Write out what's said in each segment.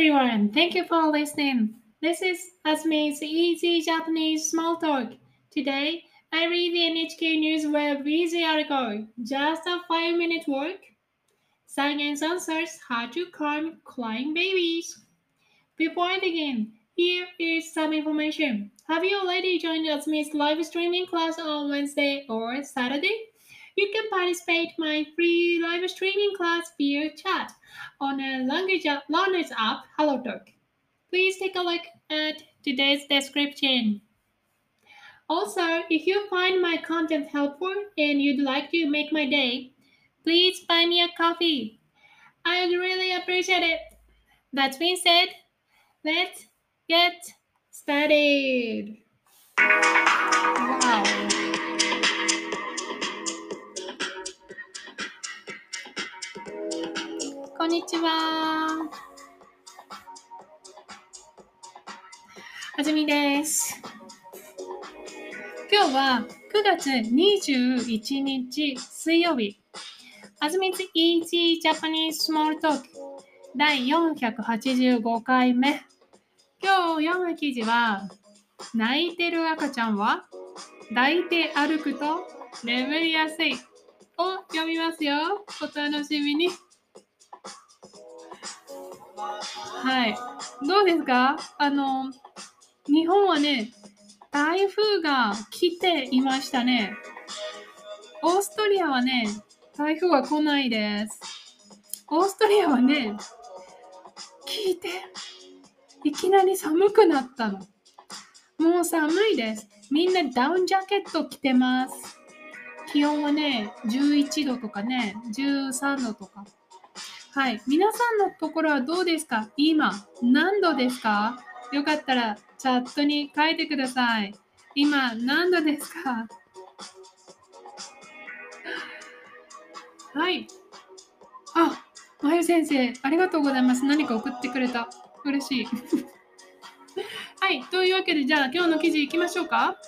everyone. Thank you for listening. This is Asmi's Easy Japanese Small Talk. Today, I read the NHK News Web Easy article. Just a 5-minute work. Science answers how to calm crying babies. Before I begin, here is some information. Have you already joined Asmi's live streaming class on Wednesday or Saturday? You can participate in my free live streaming class via chat on a language app, HelloTalk. Please take a look at today's description. Also, if you find my content helpful and you'd like to make my day, please buy me a coffee. I'd really appreciate it. That being said, let's get started. Wow.こんにちは。あずみです。今日は9月21日水曜日。あずみつ Easy Japanese Small Talk 第485回目。今日読む記事は、泣いてる赤ちゃんは抱いて歩くと眠りやすいを読みますよ。お楽しみに。はい。どうですか？日本はね、台風が来ていましたね。オーストリアはね、台風は来ないです。オーストリアはね、聞いて、いきなり寒くなったの。もう寒いです。みんなダウンジャケット着てます。気温はね、11度とかね、13度とか。はい。皆さんのところはどうですか？今、何度ですか？よかったらチャットに書いてください。今、何度ですか？はい。あ、まゆ先生、ありがとうございます。何か送ってくれた。嬉しい。はい。というわけで、じゃあ今日の記事いきましょうか。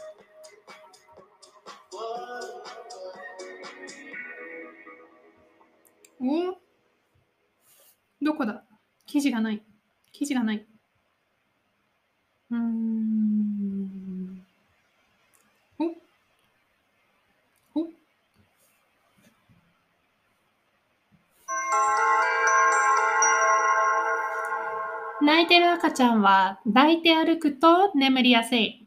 どこだ？記事がない。記事がない。泣いてる赤ちゃんは抱いて歩くと眠りやすい。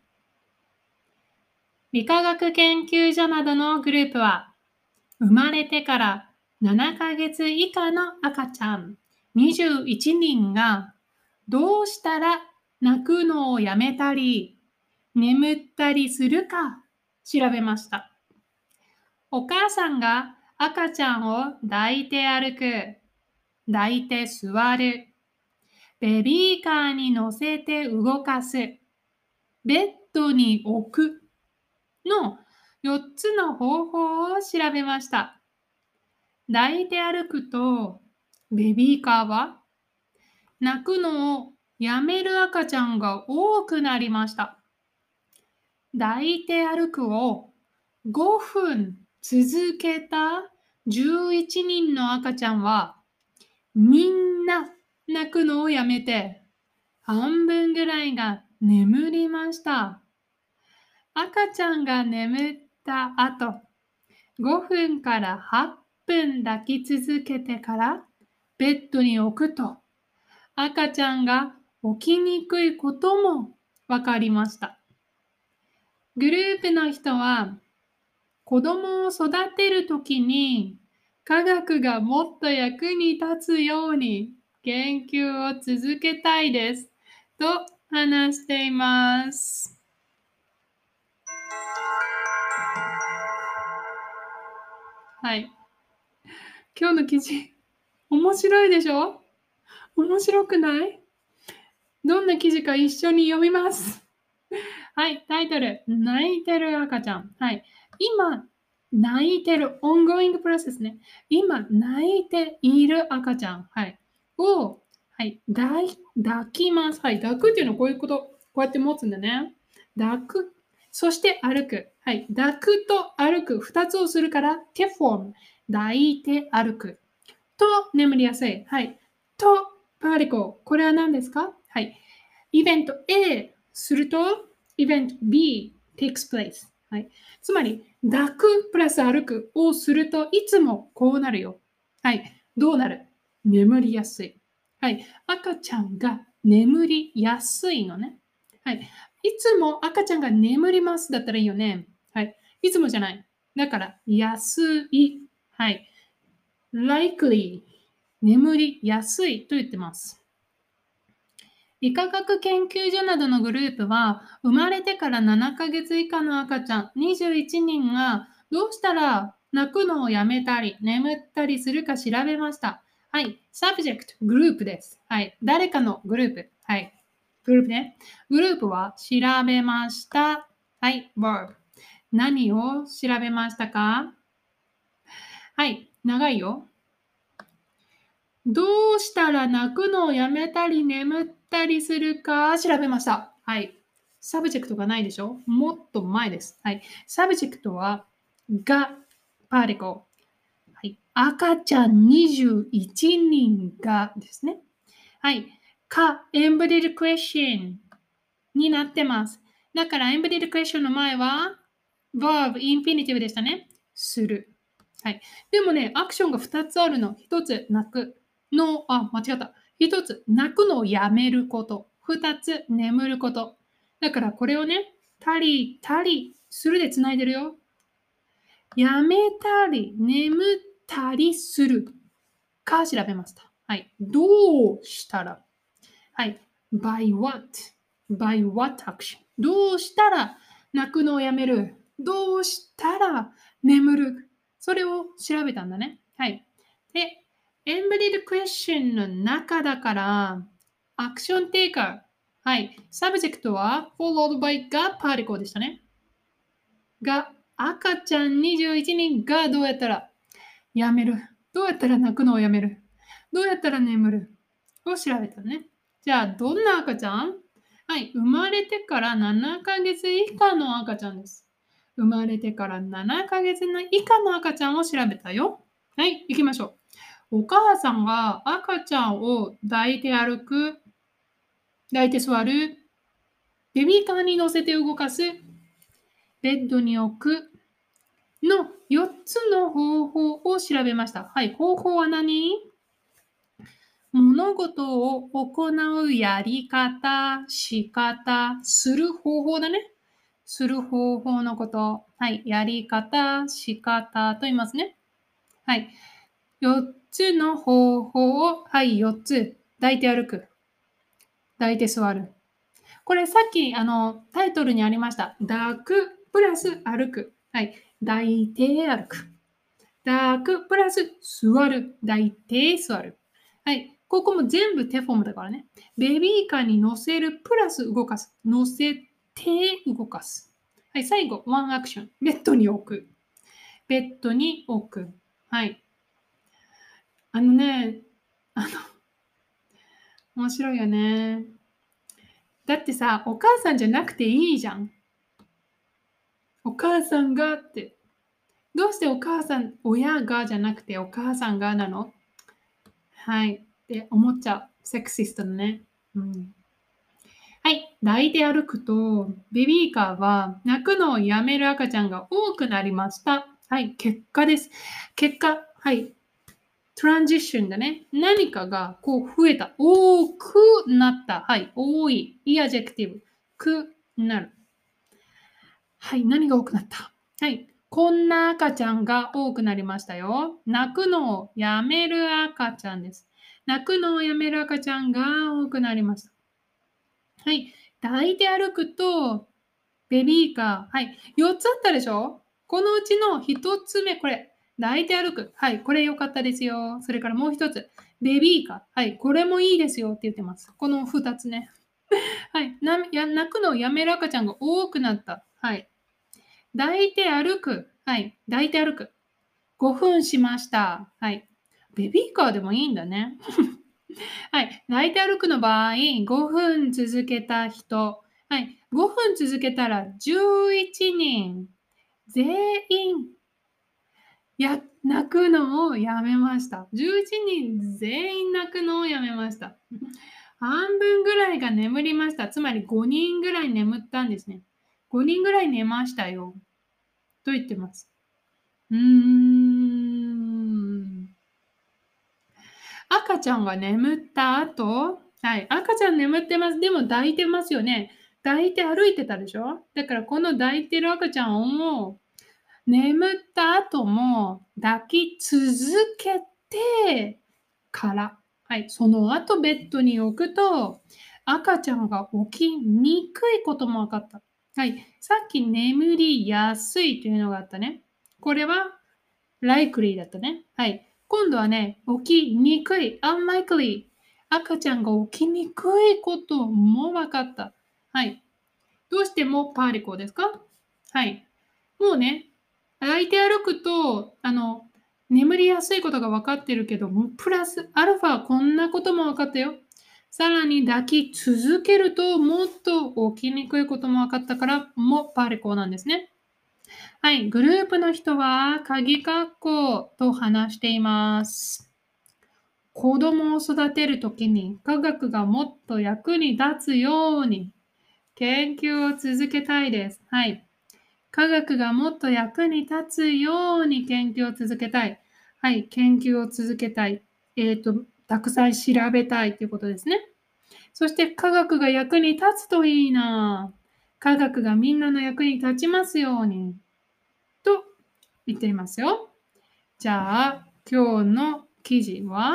理化学研究所などのグループは、生まれてから7ヶ月以下の赤ちゃん21人がどうしたら泣くのをやめたり、眠ったりするか調べました。お母さんが赤ちゃんを抱いて歩く、抱いて座る、ベビーカーに乗せて動かす、ベッドに置くの4つの方法を調べました。抱いて歩くとベビーカーは泣くのをやめる赤ちゃんが多くなりました。抱いて歩くを5分続けた11人の赤ちゃんはみんな泣くのをやめて半分ぐらいが眠りました。赤ちゃんが眠った後、5分から8分抱き続けてからベッドに置くと赤ちゃんが起きにくいことも分かりました。グループの人は子供を育てるときに科学がもっと役に立つように研究を続けたいですと話しています。はい。今日の記事面白いでしょ？面白くない？どんな記事か一緒に読みます。はい、タイトル、泣いてる赤ちゃん。はい、今、泣いてる、ongoing プロセスね。今、泣いている赤ちゃん。はい、を、はい、抱きます。はい、抱くっていうのはこういうこと。こうやって持つんだね。抱く。そして歩く。はい、抱くと歩く。2つをするから、手フォーム。抱いて歩く。と、眠りやすい。はい。と、 パーリコ、これは何ですか？はい。イベント A すると、イベント B takes place。はい。つまり、抱くプラス歩くをするといつもこうなるよ。はい。どうなる？眠りやすい。はい。赤ちゃんが眠りやすいのね。はい。いつも赤ちゃんが眠りますだったらいいよね。はい。いつもじゃない。だから、安い。はい。likely 眠りやすいと言ってます。理化学研究所などのグループは、生まれてから7ヶ月以下の赤ちゃん21人がどうしたら泣くのをやめたり、眠ったりするか調べました。はい。subject グループです。はい。誰かのグループ。はい。グループね。グループは調べました。はい。verb。何を調べましたか？はい。長いよ。どうしたら泣くのをやめたり眠ったりするか調べました。はい。サブジェクトがないでしょ？もっと前です。はい。サブジェクトはがパーティコル。はい。赤ちゃん21人がですね。はい。か、エンベディドクエスチョンになってます。だから、エンベディドクエスチョンの前は verb、インフィニティブでしたね。する。はい。でもね、アクションが2つあるの。1つ、泣く。間違った。1つ、泣くのをやめること。2つ、眠ること。だからこれをね、たりするでつないでるよ。やめたり、眠ったりするか調べました。はい。どうしたら。はい。by what action? どうしたら泣くのをやめる？どうしたら眠る？それを調べたんだね。はい。で、embedded question の中だから、アクションテイカー。はい。サブジェクトは followed by がパーティコでしたね。が、赤ちゃん21人がどうやったらやめる？どうやったら泣くのをやめる？どうやったら眠る？を調べたね。じゃあ、どんな赤ちゃん？はい、生まれてから7ヶ月以下の赤ちゃんです。生まれてから7ヶ月の以下の赤ちゃんを調べたよ。はい、行きましょう。お母さんが赤ちゃんを抱いて歩く、抱いて座る、ベビーカーに乗せて動かす、ベッドに置くの4つの方法を調べました。はい、方法は何？物事を行うやり方、仕方、する方法だね。する方法のこと。はい。やり方、仕方と言いますね。はい。4つの方法を、はい、4つ。抱いて歩く。抱いて座る。これさっき、タイトルにありました。抱くプラス歩く。はい。抱いて歩く。抱くプラス座る。抱いて座る。はい。ここも全部手フォームだからね。ベビーカーに乗せるプラス動かす。乗せて動かす。はい。最後、ワンアクション。ベッドに置く。ベッドに置く。はい。あのね、あの、面白いよね。だってさ、お母さんじゃなくていいじゃん。お母さんがって。どうしてお母さん、親がじゃなくてお母さんがなの？はい。って思っちゃう。セクシストのね。うん。はい。抱いて歩くと、ベビーカーは泣くのをやめる赤ちゃんが多くなりました。はい。結果です。結果、はい。トランジッションだね。何かがこう増えた。多くなった。はい。多い。いいアジェクティブ。くなる。はい。何が多くなった？はい。こんな赤ちゃんが多くなりましたよ。泣くのをやめる赤ちゃんです。泣くのをやめる赤ちゃんが多くなりました。はい。抱いて歩くと、ベビーカー。はい。4つあったでしょ？このうちの1つ目、これ。抱いて歩く。はい。これ良かったですよ。それからもう1つ。ベビーカー。はい。これもいいですよって言ってます。この2つね。はい。泣くのをやめる赤ちゃんが多くなった。はい。抱いて歩く。はい。抱いて歩く。5分しました。はい。ベビーカーでもいいんだね。はい。抱いて歩くの場合、5分続けた人。はい。5分続けたら11人全員泣くのをやめました。11人全員泣くのをやめました。半分ぐらいが眠りました。つまり5人ぐらい眠ったんですね。5人ぐらい寝ましたよ。と言ってます。赤ちゃんが眠った後、はい、赤ちゃん眠ってます。でも抱いてますよね。抱いて歩いてたでしょ。だからこの抱いてる赤ちゃんを眠った後も抱き続けてから、はい、その後ベッドに置くと赤ちゃんが起きにくいことも分かった。はい、さっき眠りやすいというのがあったね。これは likely だったね。はい。今度はね、起きにくい unlikely。赤ちゃんが起きにくいことも分かった。はい。どうしてもパーリコですか？はい。もうね、抱いて歩くと、眠りやすいことが分かってるけど、プラスアルファこんなことも分かったよ。さらに抱き続けるともっと起きにくいことも分かったから、もパーリコなんですね。はい、グループの人は鍵括弧と話しています。子供を育てるときに科学がもっと役に立つように研究を続けたいです。はい。科学がもっと役に立つように研究を続けたい。はい。研究を続けたい。たくさん調べたいということですね。そして科学が役に立つといいな。科学がみんなの役に立ちますように。と言っていますよ。じゃあ、今日の記事は、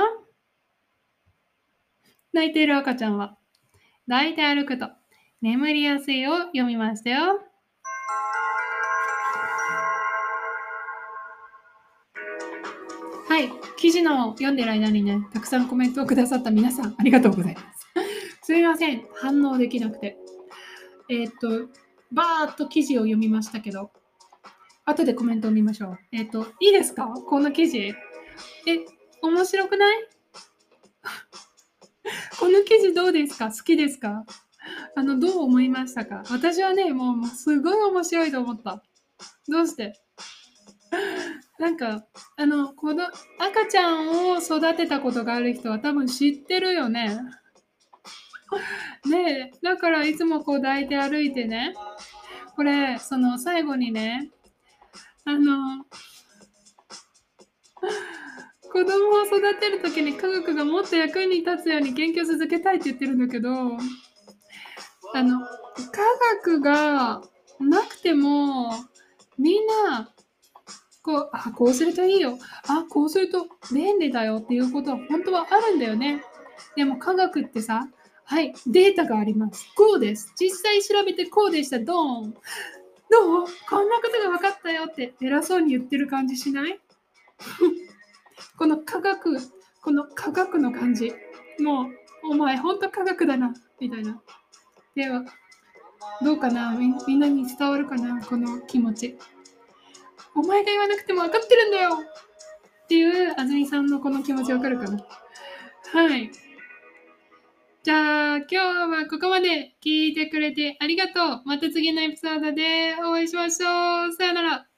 泣いている赤ちゃんは抱いて歩くと眠りやすいを読みましたよ。はい、記事の読んでる間にね、たくさんコメントをくださった皆さん、ありがとうございます。すみません、反応できなくて。バーっと記事を読みましたけど、後でコメントを見ましょう。いいですか？この記事。面白くない？この記事どうですか？好きですか？どう思いましたか？私はね、もうすごい面白いと思った。どうして？なんか、この赤ちゃんを育てたことがある人は多分知ってるよね。ねえ、だからいつもこう抱いて歩いてね、これ、その最後にね、あの、子供を育てるときに科学がもっと役に立つように研究を続けたいって言ってるんだけど、科学がなくても、みんな、こうするといいよ。こうすると便利だよっていうことは本当はあるんだよね。でも科学ってさ、はい、データがあります。こうです。実際調べてこうでした。ドーン。どう？こんなことが分かったよって偉そうに言ってる感じしない？この科学の感じ。もう、お前ほんと科学だな。みたいな。では、どうかな？みんなに伝わるかな？この気持ち。お前が言わなくても分かってるんだよっていう安住さんのこの気持ち分かるかな？はい。じゃあ今日はここまで聞いてくれてありがとう。また次のエピソードでお会いしましょう。さよなら。